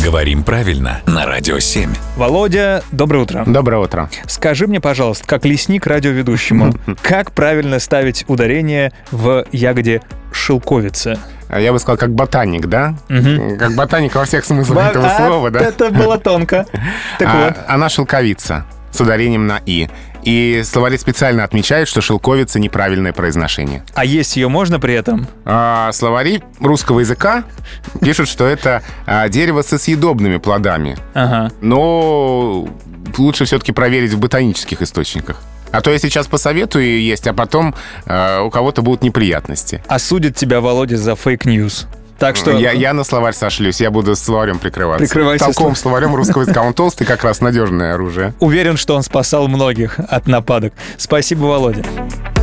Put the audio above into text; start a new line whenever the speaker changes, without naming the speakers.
Говорим правильно на Радио 7.
Володя, доброе утро.
Доброе утро.
Скажи мне, пожалуйста, как лесник радиоведущему, как правильно ставить ударение в ягоде шелковица?
Я бы сказал, как ботаник, да? Как ботаник во всех смыслах этого слова, да?
Это было тонко. Так вот.
Она шелковица с ударением на «и». И словари специально отмечают, что шелковица — неправильное произношение.
А есть ее можно при этом?
Словари русского языка пишут, что это дерево со съедобными плодами.
Ага.
Но лучше все-таки проверить в ботанических источниках. А то я сейчас посоветую есть, а потом у кого-то будут неприятности.
Осудит тебя, Володя, за фейк-ньюс. Так что...
Я на словарь сошлюсь, я буду словарем прикрываться.
Прикрывайся
толковым словарем русского языка. Он толстый, как раз надежное оружие.
Уверен, что он спасал многих от нападок. Спасибо, Володя.